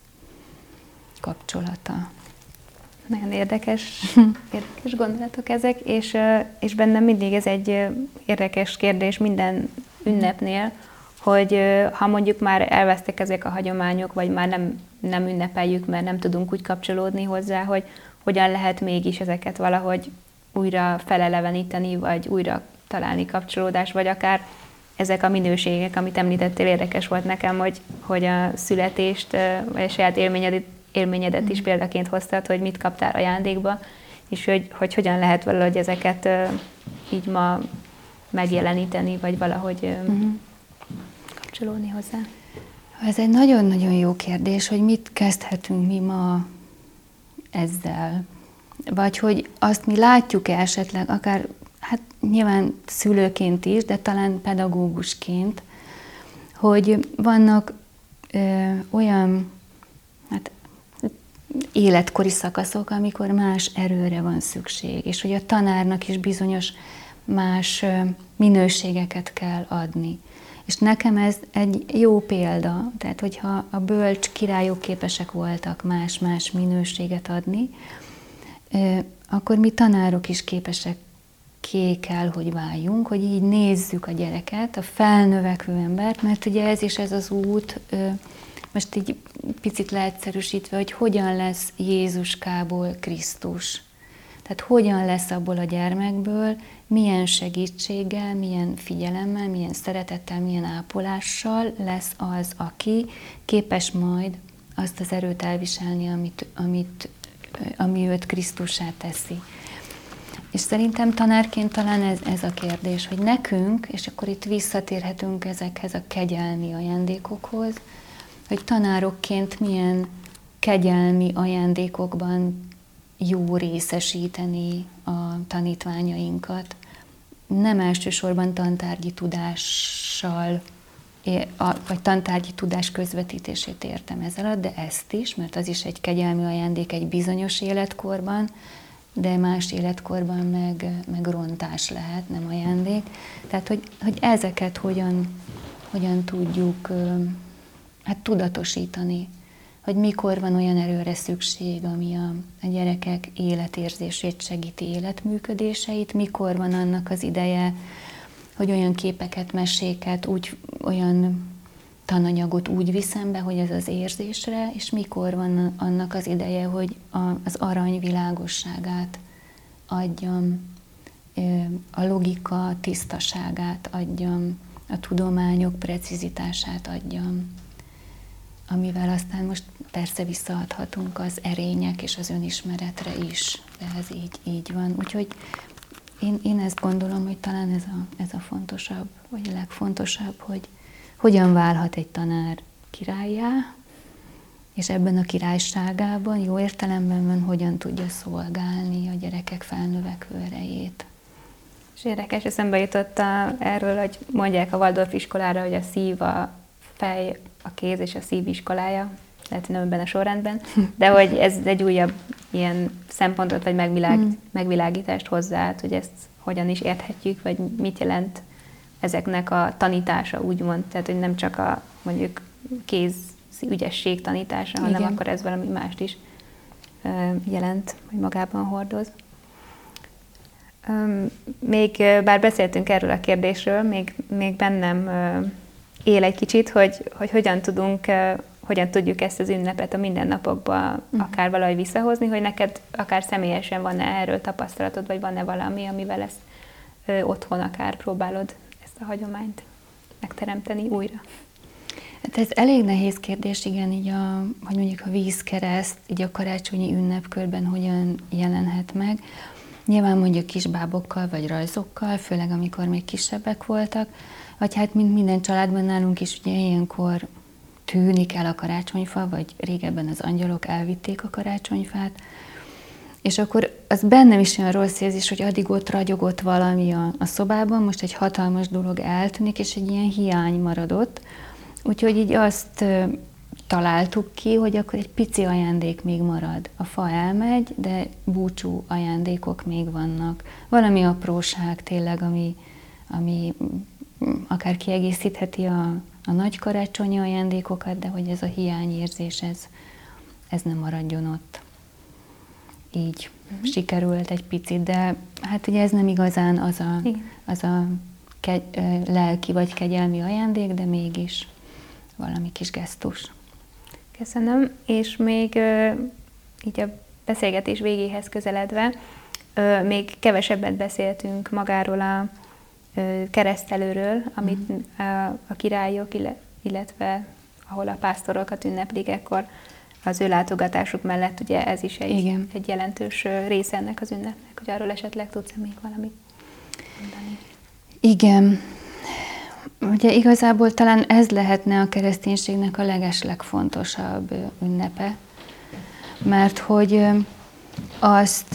kapcsolata. Nagyon érdekes, érdekes gondolatok ezek, és, és bennem mindig ez egy érdekes kérdés minden ünnepnél, hogy ha mondjuk már elvesztek ezek a hagyományok, vagy már nem, nem ünnepeljük, mert nem tudunk úgy kapcsolódni hozzá, hogy hogyan lehet mégis ezeket valahogy újra feleleveníteni, vagy újra találni kapcsolódást, vagy akár ezek a minőségek, amit említettél, érdekes volt nekem, hogy, hogy a születést, vagy a saját élményedet, élményedet is példaként hoztad, hogy mit kaptál ajándékba, és hogy, hogy hogyan lehet valahogy ezeket így ma megjeleníteni, vagy valahogy uh-huh. kapcsolódni hozzá. Ez egy nagyon-nagyon jó kérdés, hogy mit kezdhetünk mi ma ezzel. Vagy hogy azt mi látjuk-e esetleg, akár hát nyilván szülőként is, de talán pedagógusként, hogy vannak ö, olyan hát, életkori szakaszok, amikor más erőre van szükség, és hogy a tanárnak is bizonyos más ö, minőségeket kell adni. És nekem ez egy jó példa, tehát hogyha a bölcs királyok képesek voltak más-más minőséget adni, ö, akkor mi tanárok is képesek ké kell, hogy váljunk, hogy így nézzük a gyereket, a felnövekvő embert, mert ugye ez is ez az út, most így picit leegyszerűsítve, hogy hogyan lesz Jézuskából Krisztus. Tehát hogyan lesz abból a gyermekből, milyen segítséggel, milyen figyelemmel, milyen szeretettel, milyen ápolással lesz az, aki képes majd azt az erőt elviselni, amit, amit, ami őt Krisztussá teszi. És szerintem tanárként talán ez, ez a kérdés, hogy nekünk, és akkor itt visszatérhetünk ezekhez a kegyelmi ajándékokhoz, hogy tanárokként milyen kegyelmi ajándékokban jó részesíteni a tanítványainkat. Nem elsősorban tantárgyi tudással, vagy tantárgyi tudás közvetítését értem ez alatt, de ezt is, mert az is egy kegyelmi ajándék egy bizonyos életkorban, de más életkorban meg, meg rontás lehet, nem ajándék. Tehát, hogy, hogy ezeket hogyan, hogyan tudjuk hát tudatosítani, hogy mikor van olyan erőre szükség, ami a, a gyerekek életérzését segíti, életműködéseit, mikor van annak az ideje, hogy olyan képeket, meséket, úgy, olyan tananyagot úgy viszem be, hogy ez az érzésre, és mikor van annak az ideje, hogy a, az arany világosságát adjam, a logika tisztaságát adjam, a tudományok precizitását adjam, amivel aztán most persze visszaadhatunk az erények és az önismeretre is, de ez így, így van. Úgyhogy én, én ezt gondolom, hogy talán ez a, ez a fontosabb, vagy a legfontosabb, hogy hogyan válhat egy tanár királlyá, és ebben a királyságában, jó értelemben van, hogyan tudja szolgálni a gyerekek felnövekvő erejét. És érdekes, eszembe jutott a, erről, hogy mondják a Waldorf iskolára, hogy a szív, a fej, a kéz és a szív iskolája, lehet, hogy nem ebben a sorrendben, de hogy ez egy újabb ilyen szempontot vagy megvilág, mm. megvilágítást hozzá, hogy ezt hogyan is érthetjük, vagy mit jelent ezeknek a tanítása, úgymond. Tehát, hogy nem csak a mondjuk kéz ügyesség tanítása, hanem igen, akkor ez valami mást is jelent, hogy magában hordoz. Még bár beszéltünk erről a kérdésről, még, még bennem él egy kicsit, hogy, hogy hogyan tudunk, hogyan tudjuk ezt az ünnepet a mindennapokba uh-huh. akár valahogy visszahozni, hogy neked akár személyesen van-e erről tapasztalatod, vagy van-e valami, amivel ezt ö, otthon akár próbálod ezt a hagyományt megteremteni újra? Hát ez elég nehéz kérdés, igen, így a, hogy mondjuk a vízkereszt, így a karácsonyi ünnepkörben hogyan jelenhet meg. Nyilván mondjuk kisbábokkal vagy rajzokkal, főleg amikor még kisebbek voltak, vagy hát mint minden családban nálunk is ugye ilyenkor tűnik el a karácsonyfa, vagy régebben az angyalok elvitték a karácsonyfát, és akkor az bennem is olyan rossz érzés, hogy addig ott ragyogott valami a, a szobában, most egy hatalmas dolog eltűnik, és egy ilyen hiány maradott. Úgyhogy így azt találtuk ki, hogy akkor egy pici ajándék még marad. A fa elmegy, de búcsú ajándékok még vannak. Valami apróság tényleg, ami, ami akár kiegészítheti a, a nagy karácsonyi ajándékokat, de hogy ez a hiányérzés, ez, ez nem maradjon ott. Így mm-hmm. sikerült egy picit, de hát ugye ez nem igazán az a, az a kegy, lelki vagy kegyelmi ajándék, de mégis valami kis gesztus. Köszönöm, és még így a beszélgetés végéhez közeledve, még kevesebbet beszéltünk magáról a keresztelőről, amit mm. a királyok, illetve ahol a pásztorokat ünneplik, ekkor az ő látogatásuk mellett ugye ez is egy, egy jelentős része ennek az ünnepnek, hogy arról esetleg tudsz még valamit mondani. Igen. Ugye igazából talán ez lehetne a kereszténységnek a legeslegfontosabb ünnepe, mert hogy azt,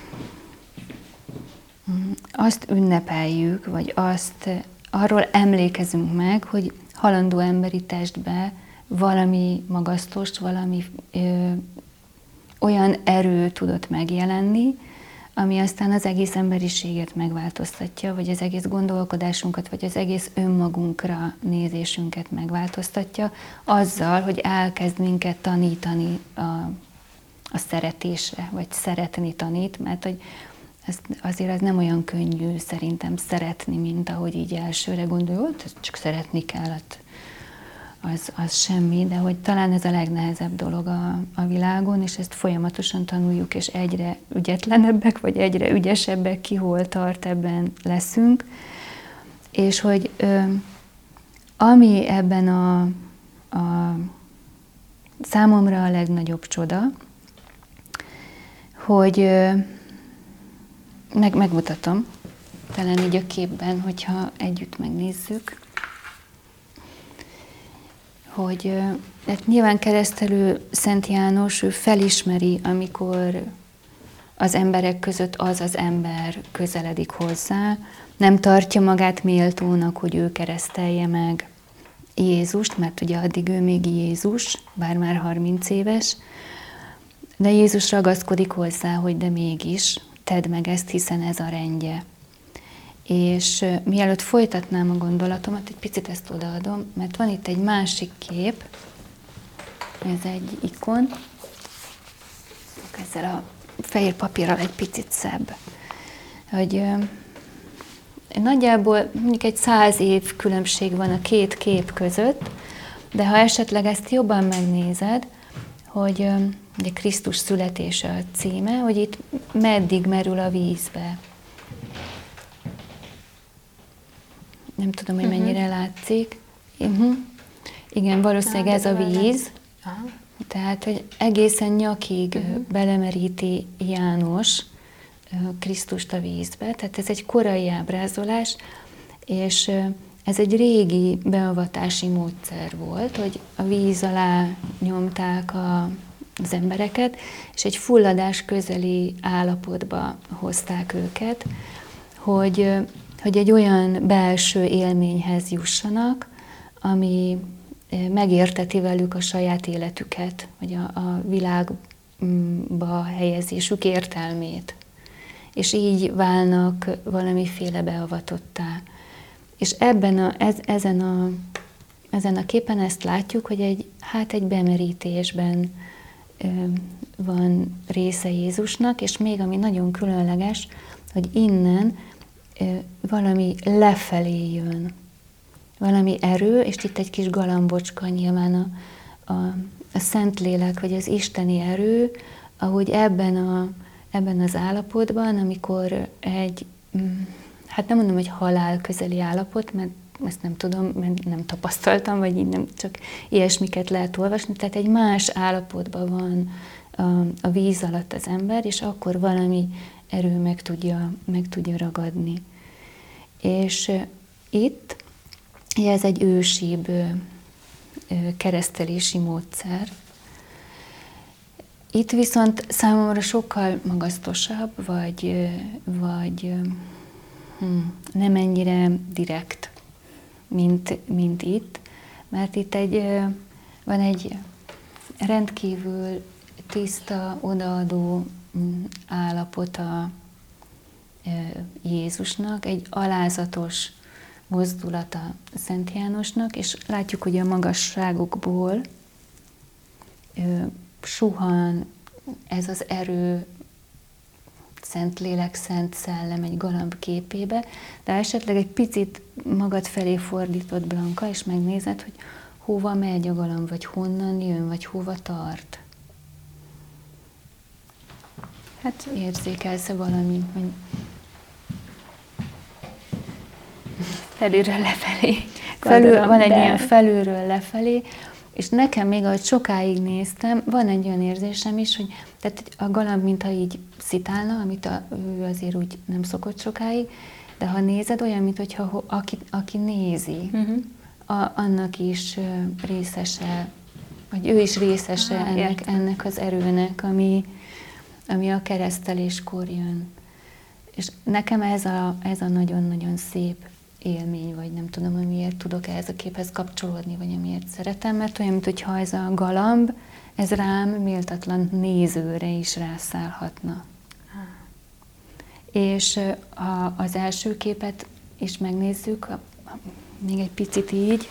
azt ünnepeljük, vagy azt arról emlékezünk meg, hogy halandó emberi testbe valami magasztos, valami ö, olyan erő tudott megjelenni, ami aztán az egész emberiséget megváltoztatja, vagy az egész gondolkodásunkat, vagy az egész önmagunkra nézésünket megváltoztatja, azzal, hogy elkezd minket tanítani a, a szeretésre, vagy szeretni tanít, mert hogy ez, azért az nem olyan könnyű szerintem szeretni, mint ahogy így elsőre gondolod, csak szeretni kellett. Az, az semmi, de hogy talán ez a legnehezebb dolog a, a világon, és ezt folyamatosan tanuljuk, és egyre ügyetlenebbek, vagy egyre ügyesebbek, ki hol tart, ebben leszünk. És hogy ö, ami ebben a, a számomra a legnagyobb csoda, hogy ö, meg, megmutatom, talán így a képben, hogyha együtt megnézzük, hogy hát nyilván keresztelő Szent János, ő felismeri, amikor az emberek között az az ember közeledik hozzá, nem tartja magát méltónak, hogy ő keresztelje meg Jézust, mert ugye addig ő még Jézus, bár már harminc éves, de Jézus ragaszkodik hozzá, hogy de mégis tedd meg ezt, hiszen ez a rendje. És mielőtt folytatnám a gondolatomat, egy picit ezt odaadom, mert van itt egy másik kép, ez egy ikon, ezzel a fehér papírral egy picit szebb, hogy nagyjából mondjuk egy száz év különbség van a két kép között, de ha esetleg ezt jobban megnézed, hogy ugye Krisztus születése a címe, hogy itt meddig merül a vízbe. Nem tudom, hogy mennyire uh-huh. látszik. Uh-huh. Igen, valószínűleg ez a víz. Uh-huh. Tehát, hogy egészen nyakig uh-huh. belemeríti János Krisztust a vízbe. Tehát ez egy korai ábrázolás, és ez egy régi beavatási módszer volt, hogy a víz alá nyomták a, az embereket, és egy fulladás közeli állapotba hozták őket, hogy, hogy egy olyan belső élményhez jussanak, ami megérteti velük a saját életüket, vagy a, a világba helyezésük értelmét. És így válnak valamiféle beavatottá. És ebben a, ez, ezen, a, ezen a képen ezt látjuk, hogy egy, hát egy bemerítésben ö, van része Jézusnak, és még ami nagyon különleges, hogy innen ö, valami lefelé jön. Valami erő, és itt egy kis galambocska, nyilván a, a, a Szentlélek, vagy az isteni erő, ahogy ebben, a, ebben az állapotban, amikor egy, hát nem mondom, hogy halál közeli állapot, mert ezt nem tudom, mert nem tapasztaltam, vagy így nem csak ilyesmiket lehet olvasni, tehát egy más állapotban van a, a víz alatt az ember, és akkor valami erő meg tudja, meg tudja ragadni. És itt ez egy ősibb keresztelési módszer. Itt viszont számomra sokkal magasztosabb, vagy, vagy hm, nem ennyire direkt, mint, mint itt, mert itt egy, van egy rendkívül tiszta, odaadó állapota Jézusnak, egy alázatos mozdulata Szent Jánosnak, és látjuk, hogy a magasságokból suhan ez az erő, Szent Lélek, Szent Szellem egy galamb képébe, de esetleg egy picit magad felé fordított, Blanka, és megnézed, hogy hova megy a galamb, vagy honnan jön, vagy hova tart. Hát érzékelsz-e valami, hogy felülről lefelé. Felül, van egy de... ilyen felülről lefelé, és nekem még, ahogy sokáig néztem, van egy olyan érzésem is, hogy tehát a galamb, mintha így szitálna, amit a, ő azért úgy nem szokott sokáig, de ha nézed, olyan, mintha aki, aki nézi, uh-huh. a, annak is részese, vagy ő is részese ah, ennek, ennek az erőnek, ami, ami a kereszteléskor jön. És nekem ez a, ez a nagyon-nagyon szép élmény, vagy nem tudom, hogy miért tudok ehhez a képhez kapcsolódni, vagy amiért szeretem, mert olyan, mintha ez a galamb, ez rám méltatlan nézőre is rászállhatna. Ah. És ha az első képet is megnézzük, még egy picit így.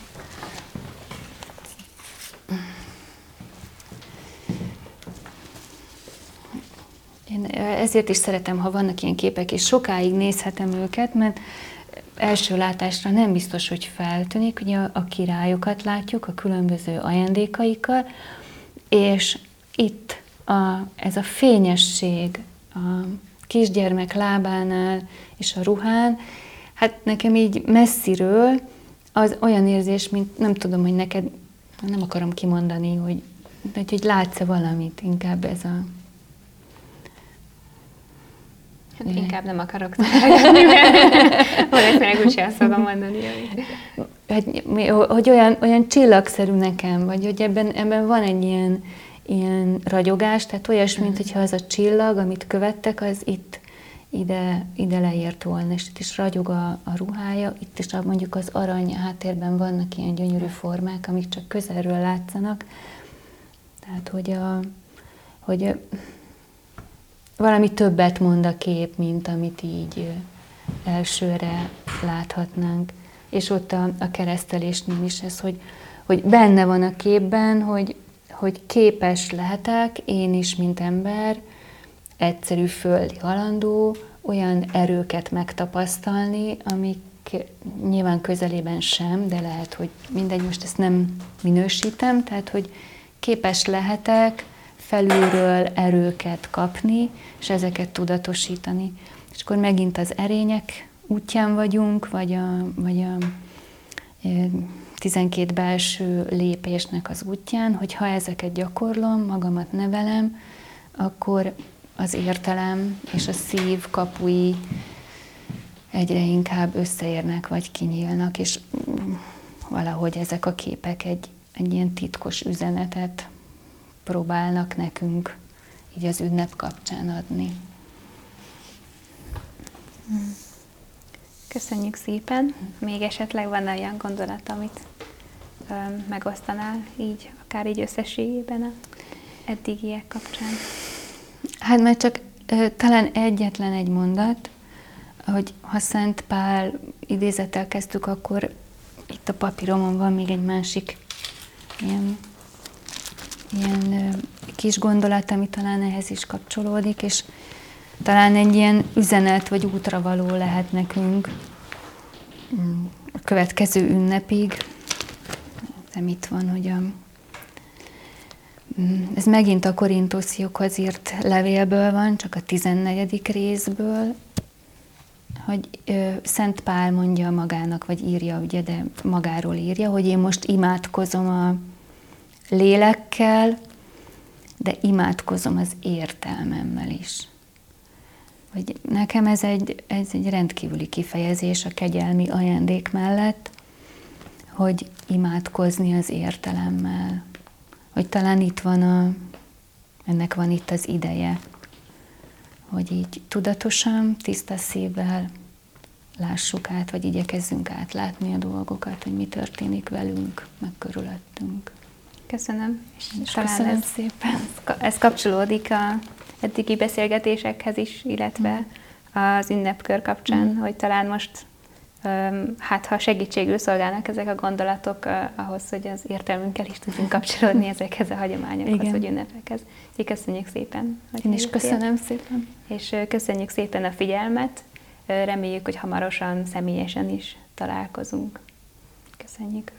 Én ezért is szeretem, ha vannak ilyen képek, és sokáig nézhetem őket, mert első látásra nem biztos, hogy feltűnik, ugye a, a királyokat látjuk a különböző ajándékaikkal, és itt a, ez a fényesség a kisgyermek lábánál és a ruhán, hát nekem így messziről az olyan érzés, mint nem tudom, hogy neked, nem akarom kimondani, hogy, hogy látsz-e valamit, inkább ez a... Hát inkább nem akarok találgatni, mert valószínűleg úgyse azt fogom mondani. Hogy, hogy olyan, olyan csillagszerű nekem, vagy hogy ebben, ebben van egy ilyen, ilyen ragyogás, tehát olyas, mint hogyha az a csillag, amit követtek, az itt ide, ide leért volna, és itt is ragyog a, a ruhája, itt is mondjuk az arany háttérben vannak ilyen gyönyörű formák, amik csak közelről látszanak. Tehát, hogy, a, hogy valami többet mond a kép, mint amit így elsőre láthatnánk. És ott a, a keresztelésnél is ez, hogy, hogy benne van a képben, hogy, hogy képes lehetek én is, mint ember, egyszerű földi halandó, olyan erőket megtapasztalni, amik nyilván közelében sem, de lehet, hogy mindegy, most ezt nem minősítem, tehát, hogy képes lehetek felülről erőket kapni, és ezeket tudatosítani. És akkor megint az erények útján vagyunk, vagy a, vagy a tizenkét belső lépésnek az útján, hogy ha ezeket gyakorlom, magamat nevelem, akkor az értelem és a szív kapui egyre inkább összeérnek, vagy kinyílnak, és valahogy ezek a képek egy, egy ilyen titkos üzenetet próbálnak nekünk így az ünnep kapcsán adni. Köszönjük szépen. Még esetleg van olyan gondolat, amit ö, megosztanál így, akár így összességében a eddigiek kapcsán? Hát mert csak ö, talán egyetlen egy mondat, hogy ha Szent Pál idézettel kezdtük, akkor itt a papíromon van még egy másik ilyen, ilyen ö, kis gondolat, ami talán ehhez is kapcsolódik, és talán egy ilyen üzenet vagy útravaló lehet nekünk a következő ünnepig. Nem itt van, hogy a, ez megint a Korintusziakhoz írt levélből van, csak a tizennegyedik részből, hogy Szent Pál mondja magának, vagy írja, ugye, de magáról írja, hogy én most imádkozom a lélekkel, de imádkozom az értelmemmel is. Hogy nekem ez egy, ez egy rendkívüli kifejezés a kegyelmi ajándék mellett, hogy imádkozni az értelemmel. Hogy talán itt van a, ennek van itt az ideje, hogy így tudatosan, tiszta szívvel lássuk át, vagy igyekezzünk átlátni a dolgokat, hogy mi történik velünk, meg körülöttünk. Köszönöm. És köszönöm ez, szépen. Ez kapcsolódik a eddigi beszélgetésekhez is, illetve az ünnepkör kapcsán, mm. hogy talán most, hát ha segítségül szolgálnak ezek a gondolatok ahhoz, hogy az értelmünkkel is tudjunk kapcsolódni ezekhez a hagyományokhoz, igen, vagy ünnepekhez. Úgyhogy köszönjük szépen. Én is köszönöm szépen. És köszönjük szépen a figyelmet. Reméljük, hogy hamarosan személyesen is találkozunk. Köszönjük.